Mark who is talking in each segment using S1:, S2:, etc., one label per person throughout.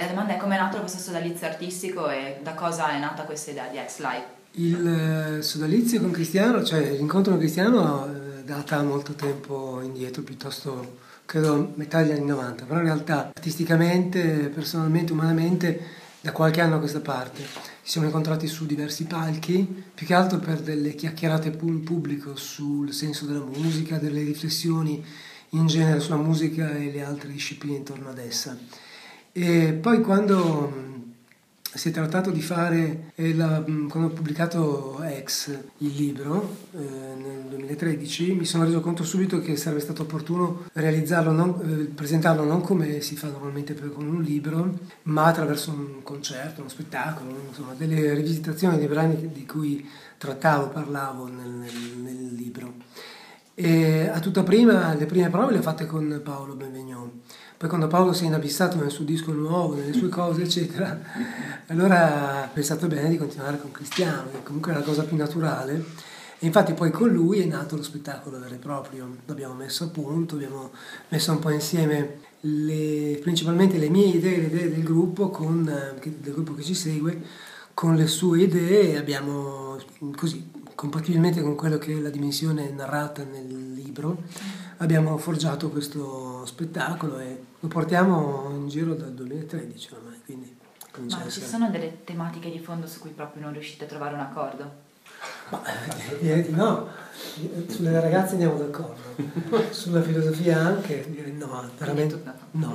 S1: domanda è: come è nato questo sodalizio artistico e da cosa è nata questa idea di X-Live?
S2: Il sodalizio con Cristiano, cioè l'incontro con Cristiano, data molto tempo indietro, piuttosto credo metà degli anni 90, però in realtà artisticamente, personalmente, umanamente, da qualche anno a questa parte. Ci siamo incontrati su diversi palchi, più che altro per delle chiacchierate in pubblico sul senso della musica, delle riflessioni in genere sulla musica e le altre discipline intorno ad essa. E poi quando si è trattato di fare, quando ho pubblicato X, il libro, nel 2013, mi sono reso conto subito che sarebbe stato opportuno realizzarlo, presentarlo non come si fa normalmente con un libro, ma attraverso un concerto, uno spettacolo, insomma, delle rivisitazioni dei brani di cui parlavo nel libro. E a tutta prima, le prime prove le ho fatte con Paolo Benvegnon. Poi quando Paolo si è inabissato nel suo disco nuovo, nelle sue cose, eccetera, allora ho pensato bene di continuare con Cristiano, che comunque è la cosa più naturale. E infatti poi con lui è nato lo spettacolo vero e proprio. L'abbiamo messo a punto, abbiamo messo un po' insieme principalmente le mie idee, le idee del gruppo, del gruppo che ci segue, con le sue idee, e abbiamo così, compatibilmente con quello che è la dimensione narrata nel libro, abbiamo forgiato questo spettacolo e lo portiamo in giro dal 2013 ormai, quindi
S1: Ma ci sono delle tematiche di fondo su cui proprio non riuscite a trovare un accordo?
S2: Ma direi di no, sulle ragazze andiamo d'accordo, sulla filosofia anche, direi no, veramente no,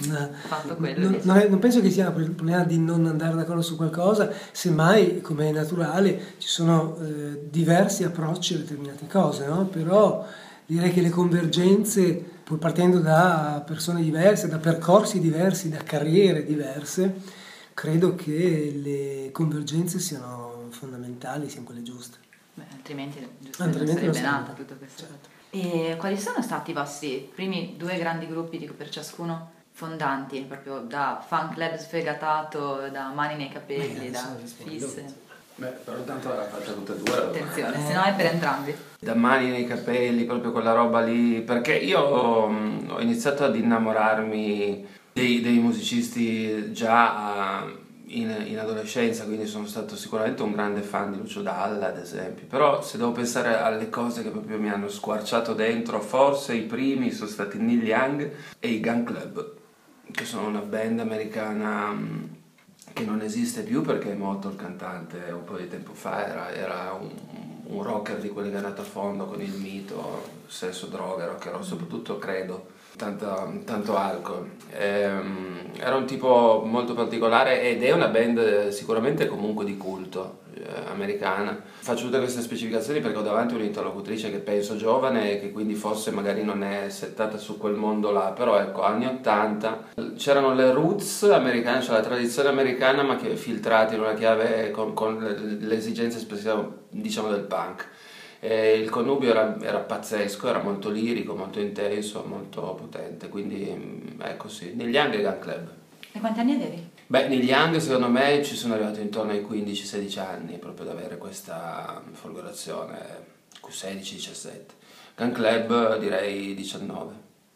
S2: non penso che sia il problema di non andare d'accordo su qualcosa, semmai, come è naturale, ci sono diversi approcci a determinate cose, no? Però direi che le convergenze, pur partendo da persone diverse, da percorsi diversi, da carriere diverse, credo che le convergenze siano fondamentali, siano quelle giuste.
S1: Beh, altrimenti non sarebbe nata tutta questa.
S2: Certo.
S1: E quali sono stati i vostri primi due grandi gruppi, dico per ciascuno, fondanti, proprio da fan club sfegatato, da mani nei capelli, da fisse?
S3: Beh, però intanto l'ha fatta tutte e due.
S1: Attenzione, se no è per entrambi.
S3: Da mani nei capelli, proprio quella roba lì, perché io ho iniziato ad innamorarmi dei musicisti già in adolescenza, quindi sono stato sicuramente un grande fan di Lucio Dalla, ad esempio. Però se devo pensare alle cose che proprio mi hanno squarciato dentro, forse i primi sono stati Neil Young e i Gun Club, che sono una band americana che non esiste più perché è morto il cantante un po' di tempo fa, era un rocker di quelli che è andato a fondo con il mito, sesso, droga, rock and roll, soprattutto credo, tanto alcol. Era un tipo molto particolare ed è una band sicuramente comunque di culto americana. Faccio tutte queste specificazioni perché ho davanti un'interlocutrice che penso giovane e che quindi forse magari non è settata su quel mondo là, però ecco, anni 80 c'erano le roots americane, cioè la tradizione americana, ma che filtrati in una chiave con le esigenze speciali, diciamo, del punk. Il connubio era pazzesco, era molto lirico, molto intenso, molto potente, quindi ecco sì, Neil Young e Gun Club.
S1: E quanti anni avevi?
S3: Beh, Neil Young secondo me ci sono arrivato intorno ai 15-16 anni, proprio ad avere questa folgorazione, 16-17. Gun Club direi 18-19.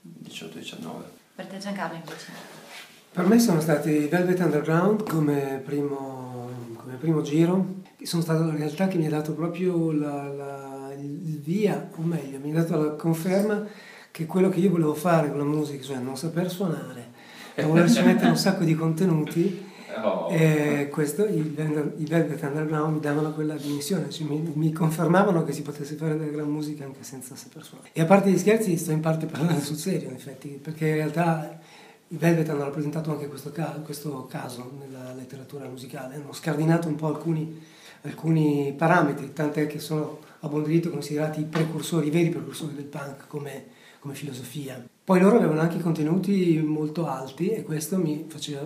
S1: Per te Giancarlo invece?
S2: Per me sono stati i Velvet Underground come primo giro, sono stato la realtà che mi ha dato proprio il via, o meglio, mi ha dato la conferma che quello che io volevo fare con la musica, cioè non saper suonare, e volerci mettere un sacco di contenuti, questo, i Velvet Underground mi davano quella dimensione, cioè mi confermavano che si potesse fare della gran musica anche senza saper suonare. E a parte gli scherzi sto in parte parlando sul serio in effetti, perché in realtà i Velvet hanno rappresentato anche questo caso nella letteratura musicale, hanno scardinato un po' alcuni parametri, tant'è che sono a buon diritto considerati i veri precursori del punk come filosofia. Poi loro avevano anche contenuti molto alti e questo mi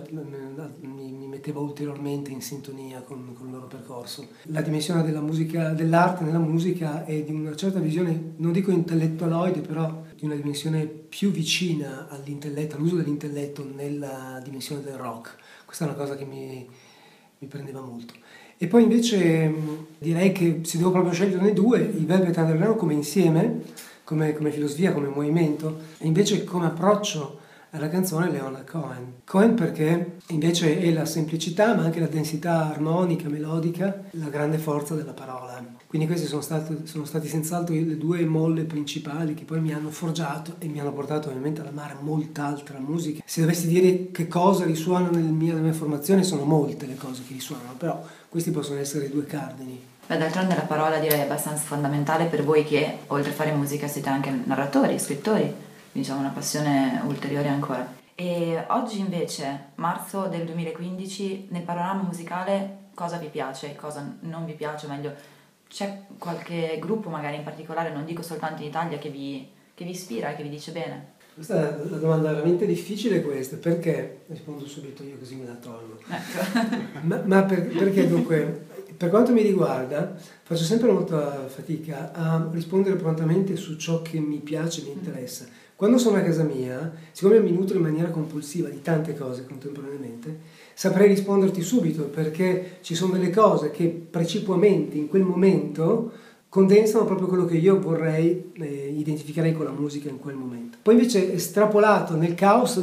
S2: metteva ulteriormente in sintonia con il loro percorso. La dimensione della musica, dell'arte nella musica è di una certa visione, non dico intellettualoide, però di una dimensione più vicina all'intelletto, all'uso dell'intelletto nella dimensione del rock. Questa è una cosa che mi prendeva molto. E poi invece direi che se devo proprio sceglierne due, i Velvet Underground come insieme, come filosofia, come movimento, e invece come approccio alla canzone Leonard Cohen. Cohen perché invece è la semplicità ma anche la densità armonica, melodica, la grande forza della parola. Quindi questi sono stati senz'altro le due molle principali che poi mi hanno forgiato e mi hanno portato ovviamente ad amare molta altra musica. Se dovessi dire che cosa risuona nella mia formazione, sono molte le cose che risuonano, però questi possono essere i due cardini.
S1: Beh, d'altronde la parola direi è abbastanza fondamentale per voi che oltre a fare musica siete anche narratori, scrittori, quindi diciamo una passione ulteriore ancora. E oggi invece, marzo del 2015, nel panorama musicale cosa vi piace, cosa non vi piace, o meglio, c'è qualche gruppo magari in particolare, non dico soltanto in Italia, che vi ispira, che vi dice bene?
S2: Questa è una domanda veramente difficile questa, perché, rispondo subito io così me la tolgo.
S1: Ecco.
S2: Perché dunque, per quanto mi riguarda, faccio sempre molta fatica a rispondere prontamente su ciò che mi piace e mi interessa. Quando sono a casa mia, siccome mi nutro in maniera compulsiva di tante cose contemporaneamente, saprei risponderti subito, perché ci sono delle cose che precipuamente in quel momento condensano proprio quello che io vorrei identificare con la musica in quel momento. Poi invece estrapolato nel caos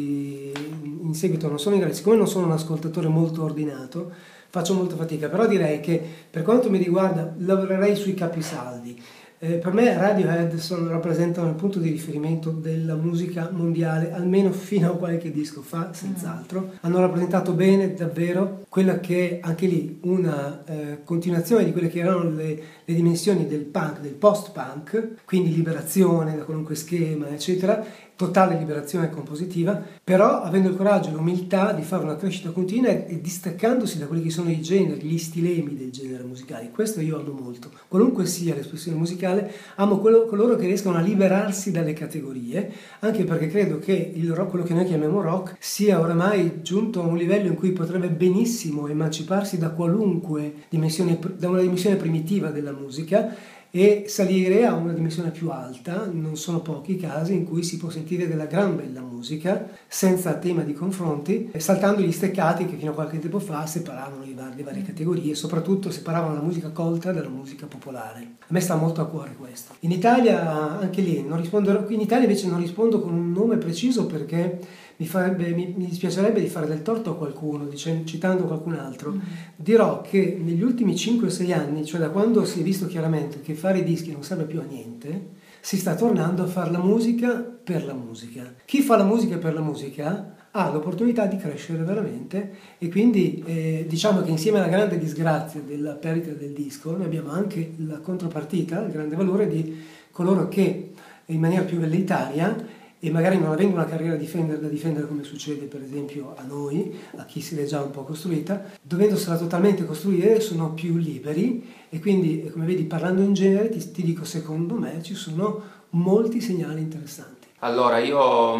S2: in seguito non sono in grado, siccome non sono un ascoltatore molto ordinato, faccio molta fatica, però direi che per quanto mi riguarda lavorerei sui capisaldi. Per me Radiohead rappresentano il punto di riferimento della musica mondiale, almeno fino a qualche disco fa, senz'altro. Hanno rappresentato bene davvero quella che è anche lì una continuazione di quelle che erano le dimensioni del punk, del post-punk, quindi liberazione da qualunque schema, eccetera, totale liberazione compositiva, però avendo il coraggio e l'umiltà di fare una crescita continua e distaccandosi da quelli che sono i generi, gli stilemi del genere musicale. Questo io amo molto. Qualunque sia l'espressione musicale, amo coloro che riescono a liberarsi dalle categorie, anche perché credo che il rock, quello che noi chiamiamo rock, sia oramai giunto a un livello in cui potrebbe benissimo emanciparsi da qualunque dimensione, da una dimensione primitiva della musica, e salire a una dimensione più alta. Non sono pochi i casi in cui si può sentire della gran bella musica senza tema di confronti, saltando gli steccati che fino a qualche tempo fa separavano le varie categorie, soprattutto separavano la musica colta dalla musica popolare. A me sta molto a cuore questo. In Italia anche lì non rispondo, in Italia invece non rispondo con un nome preciso perché mi dispiacerebbe di fare del torto a qualcuno, citando qualcun altro. Dirò che negli ultimi 5-6 anni, cioè da quando si è visto chiaramente che fare dischi non serve più a niente, si sta tornando a fare la musica per la musica. Chi fa la musica per la musica ha l'opportunità di crescere veramente, e quindi diciamo che insieme alla grande disgrazia della perdita del disco noi abbiamo anche la contropartita, il grande valore di coloro che in maniera più velleitaria, e magari non avendo una carriera da difendere come succede per esempio a noi, a chi si è già un po' costruita, dovendosela totalmente costruire sono più liberi, e quindi come vedi, parlando in genere, ti dico, secondo me ci sono molti segnali interessanti.
S3: Allora, io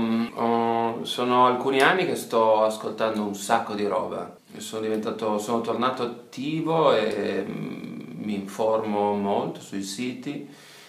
S3: sono alcuni anni che sto ascoltando un sacco di roba, sono tornato attivo e mi informo molto sui siti,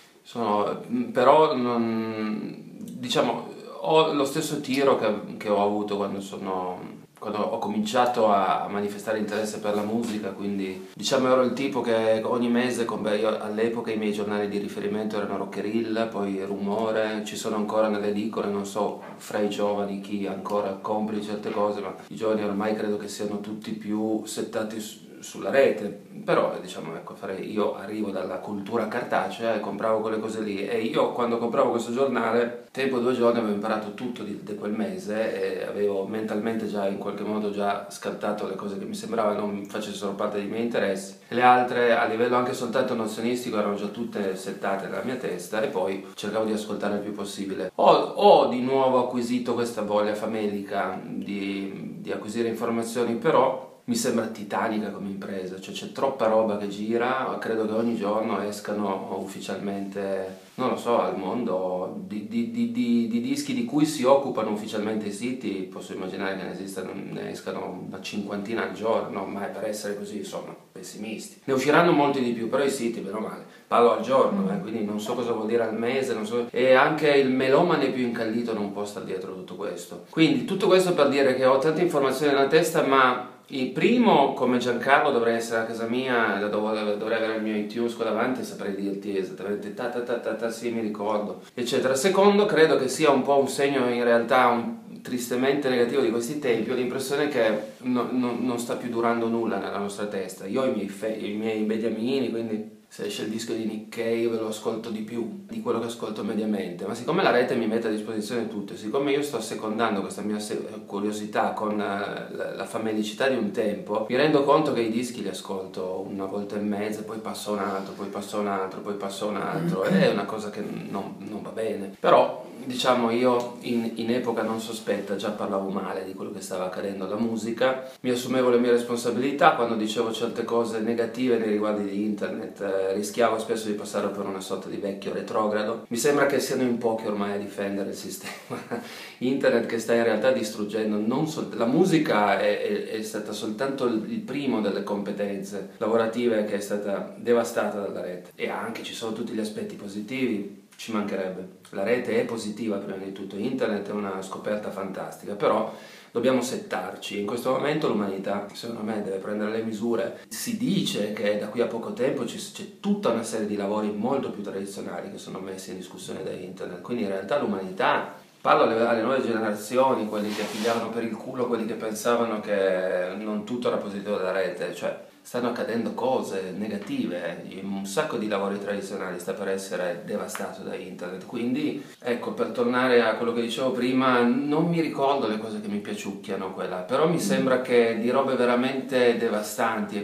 S3: però diciamo, ho lo stesso tiro che ho avuto quando ho cominciato a manifestare interesse per la musica, quindi diciamo ero il tipo che ogni mese all'epoca i miei giornali di riferimento erano Rockerilla, poi Rumore, ci sono ancora nelle edicole, non so fra i giovani chi ancora compri certe cose, ma i giovani ormai credo che siano tutti più settati sulla rete, però diciamo, ecco, io arrivo dalla cultura cartacea e compravo quelle cose lì, e io quando compravo questo giornale, tempo 2 giorni avevo imparato tutto di quel mese e avevo mentalmente già in qualche modo già scartato le cose che mi sembrava non facessero parte dei miei interessi, e le altre a livello anche soltanto nozionistico erano già tutte settate nella mia testa, e poi cercavo di ascoltare il più possibile. Ho di nuovo acquisito questa voglia famelica di acquisire informazioni, però mi sembra titanica come impresa, cioè c'è troppa roba che gira, credo che ogni giorno escano ufficialmente, non lo so, al mondo di dischi di cui si occupano ufficialmente i siti, posso immaginare che ne escano una cinquantina al giorno, ma è per essere così, insomma, pessimisti. Ne usciranno molti di più, però i siti, bene o male, parlo al giorno, quindi non so cosa vuol dire al mese, non so, e anche il melomane più incallito non può stare dietro tutto questo. Quindi tutto questo per dire che ho tante informazioni nella testa, ma il primo, come Giancarlo, dovrei essere a casa mia, dovrei avere il mio iTunes qua davanti e saprei dirti esattamente sì, mi ricordo, eccetera. Secondo, credo che sia un po' un segno in realtà tristemente negativo di questi tempi, ho l'impressione che non sta più durando nulla nella nostra testa. Io ho i miei beniamini, quindi se esce il disco di Nick Cave lo ascolto di più di quello che ascolto mediamente, ma siccome la rete mi mette a disposizione tutto, siccome io sto assecondando questa mia curiosità con la famenicità di un tempo, mi rendo conto che i dischi li ascolto una volta e mezza, poi passo un altro, poi passo un altro, poi passo un altro, è una cosa che non va bene. Però diciamo io in epoca non sospetta già parlavo male di quello che stava accadendo alla musica, mi assumevo le mie responsabilità quando dicevo certe cose negative nei riguardi di internet, rischiavo spesso di passare per una sorta di vecchio retrogrado. Mi sembra che siano in pochi ormai a difendere il sistema internet che sta in realtà distruggendo la musica è stata soltanto il primo delle competenze lavorative che è stata devastata dalla rete, e anche ci sono tutti gli aspetti positivi. Ci mancherebbe, la rete è positiva prima di tutto, internet è una scoperta fantastica, però dobbiamo settarci. In questo momento l'umanità, secondo me, deve prendere le misure. Si dice che da qui a poco tempo c'è tutta una serie di lavori molto più tradizionali che sono messi in discussione da internet, quindi in realtà l'umanità, parlo alle nuove generazioni, quelli che pigliavano per il culo, quelli che pensavano che non tutto era positivo dalla rete, cioè stanno accadendo cose negative, un sacco di lavori tradizionali sta per essere devastato da internet, quindi ecco, per tornare a quello che dicevo prima, non mi ricordo le cose che mi piaciucchiano quella, però mi sembra che di robe veramente devastanti,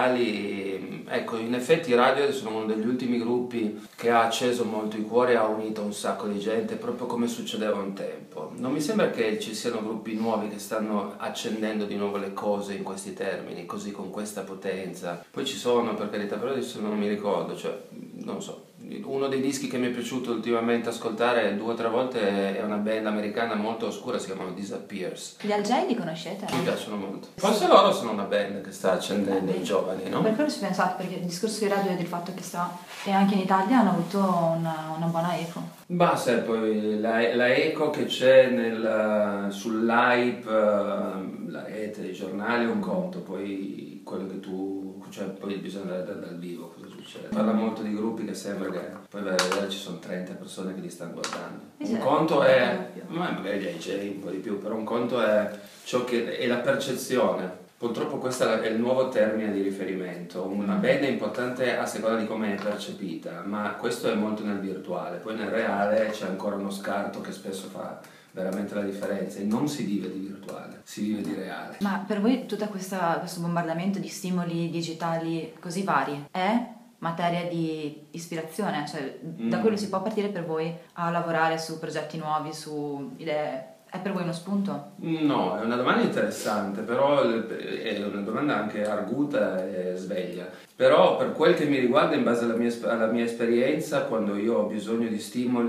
S3: epocali, ecco, in effetti i Radiohead sono uno degli ultimi gruppi che ha acceso molto i cuori e ha unito un sacco di gente, proprio come succedeva un tempo. Non mi sembra che ci siano gruppi nuovi che stanno accendendo di nuovo le cose in questi termini, così con questa potenza. Poi ci sono, per carità, però adesso non mi ricordo, cioè, non so. Uno dei dischi che mi è piaciuto ultimamente ascoltare 2 o 3 volte è una band americana molto oscura, si chiamano Disappears.
S1: Gli Algei li conoscete?
S3: Mi piacciono molto. Forse loro sono una band che sta accendendo i giovani, no?
S1: Per quello ci ho pensato, perché il discorso di radio è del fatto che e anche in Italia hanno avuto una buona eco.
S3: Basta, poi la eco che c'è sull'hype, la rete, i giornali è un conto, poi quello che cioè poi bisogna vedere dal vivo cosa succede. Parla molto di gruppi che sembra che poi vai a vedere ci sono 30 persone che li stanno guardando. Un conto è, magari gli AJ un po' di più, però un conto è ciò che è la percezione. Purtroppo questo è il nuovo termine di riferimento. Una band è importante a seconda di come è percepita, ma questo è molto nel virtuale. Poi nel reale c'è ancora uno scarto che spesso fa veramente la differenza, e non si vive di virtuale, si vive di reale.
S1: Ma per voi tutto questo bombardamento di stimoli digitali così vari è materia di ispirazione? Cioè da quello si può partire per voi a lavorare su progetti nuovi, su idee? È per voi uno spunto?
S3: No, è una domanda interessante, però è una domanda anche arguta e sveglia. Però per quel che mi riguarda, in base alla mia esperienza, quando io ho bisogno di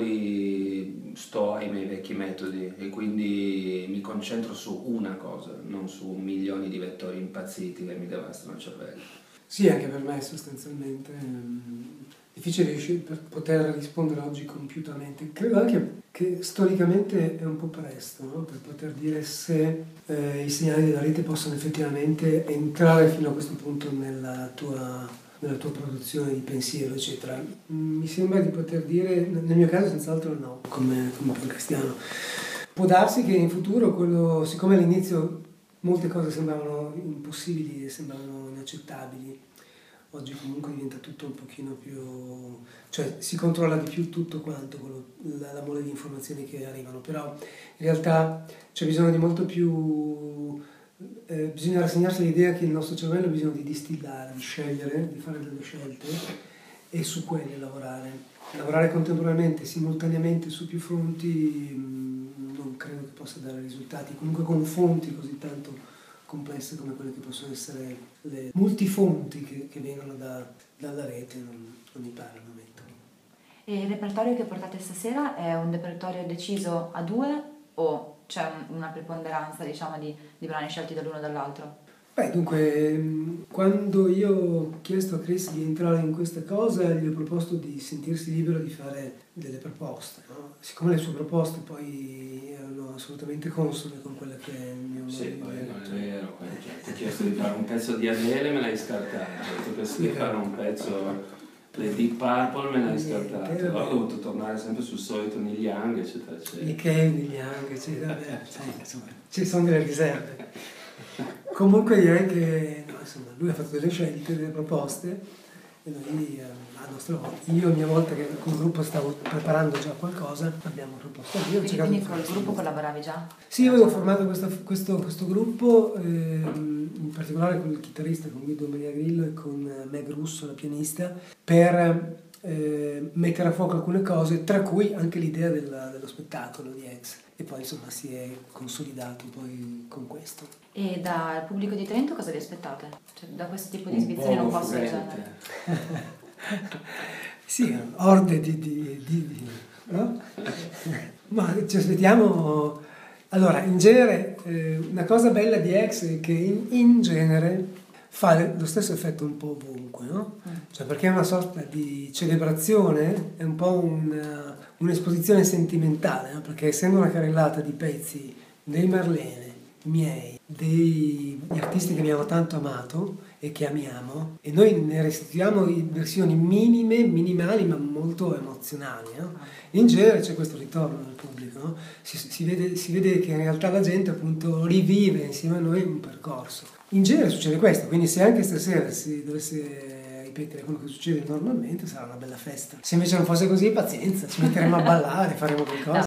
S3: stimoli sto ai miei vecchi metodi e quindi mi concentro su una cosa, non su milioni di vettori impazziti che mi devastano il cervello.
S2: Sì, anche per me sostanzialmente difficile riuscire per poter rispondere oggi compiutamente. Credo anche che storicamente è un po' presto, no? Per poter dire se i segnali della rete possono effettivamente entrare fino a questo punto nella tua produzione di pensiero, eccetera. Mi sembra di poter dire, nel mio caso senz'altro no, come per Cristiano. Può darsi che in futuro, siccome all'inizio molte cose sembravano impossibili e sembravano inaccettabili, oggi comunque diventa tutto un pochino più, cioè si controlla di più tutto quanto, la mole di informazioni che arrivano, però in realtà c'è bisogno di molto più, bisogna rassegnarsi all'idea che il nostro cervello ha bisogno di distillare, di scegliere, di fare delle scelte e su quelle lavorare contemporaneamente, simultaneamente su più fronti, non credo che possa dare risultati, comunque con fonti così tanto complesse come quelle che possono essere le multifonti che vengono dalla rete, non mi pare al momento.
S1: E il repertorio che portate stasera è un repertorio deciso a 2 o c'è una preponderanza, diciamo, di brani scelti dall'uno o dall'altro?
S2: Beh, dunque, quando io ho chiesto a Chris di entrare in questa cosa, gli ho proposto di sentirsi libero di fare delle proposte, no? Siccome le sue proposte poi erano assolutamente consone con quella che è il mio
S3: Sì, poi
S2: movimento.
S3: non è vero, ti ho chiesto di fare un pezzo di Adele e me l'hai scartato, ti ho chiesto di fare un pezzo Le Deep Purple me ne hai scartate, ho dovuto tornare sempre sul solito Neil Young, eccetera, eccetera.
S2: I Cave, Neil Young, eccetera, insomma, ci sono delle riserve. Comunque direi che no, insomma, lui ha fatto delle scelte, delle proposte, e noi a nostra volta, io a mia volta che con il gruppo stavo preparando già qualcosa, abbiamo proposto.
S1: Quindi col gruppo collaboravi già?
S2: Sì, io avevo formato questo gruppo, in particolare con il chitarrista, con Guido Maria Grillo e con Meg Russo, la pianista, per mettere a fuoco alcune cose, tra cui anche l'idea dello spettacolo di X. E poi insomma si è consolidato poi con questo.
S1: E dal pubblico di Trento cosa vi aspettate? Cioè, da questo tipo di esibizioni non posso genere.
S2: Sì, orde no? Ma ci aspettiamo. Allora, in genere, una cosa bella di X è che in genere fa lo stesso effetto un po' ovunque, no? Cioè perché è una sorta di celebrazione, è un po' un'esposizione sentimentale, no? Perché essendo una carrellata di pezzi dei Marlene, miei, degli artisti che abbiamo tanto amato e che amiamo, e noi ne restituiamo versioni minimali ma molto emozionali, no? In genere c'è questo ritorno del pubblico, no? Si vede che in realtà la gente appunto rivive insieme a noi un percorso. In genere succede questo, quindi se anche stasera si dovesse ripetere quello che succede normalmente sarà una bella festa. Se invece non fosse così, pazienza, ci metteremo a ballare, faremo qualcosa.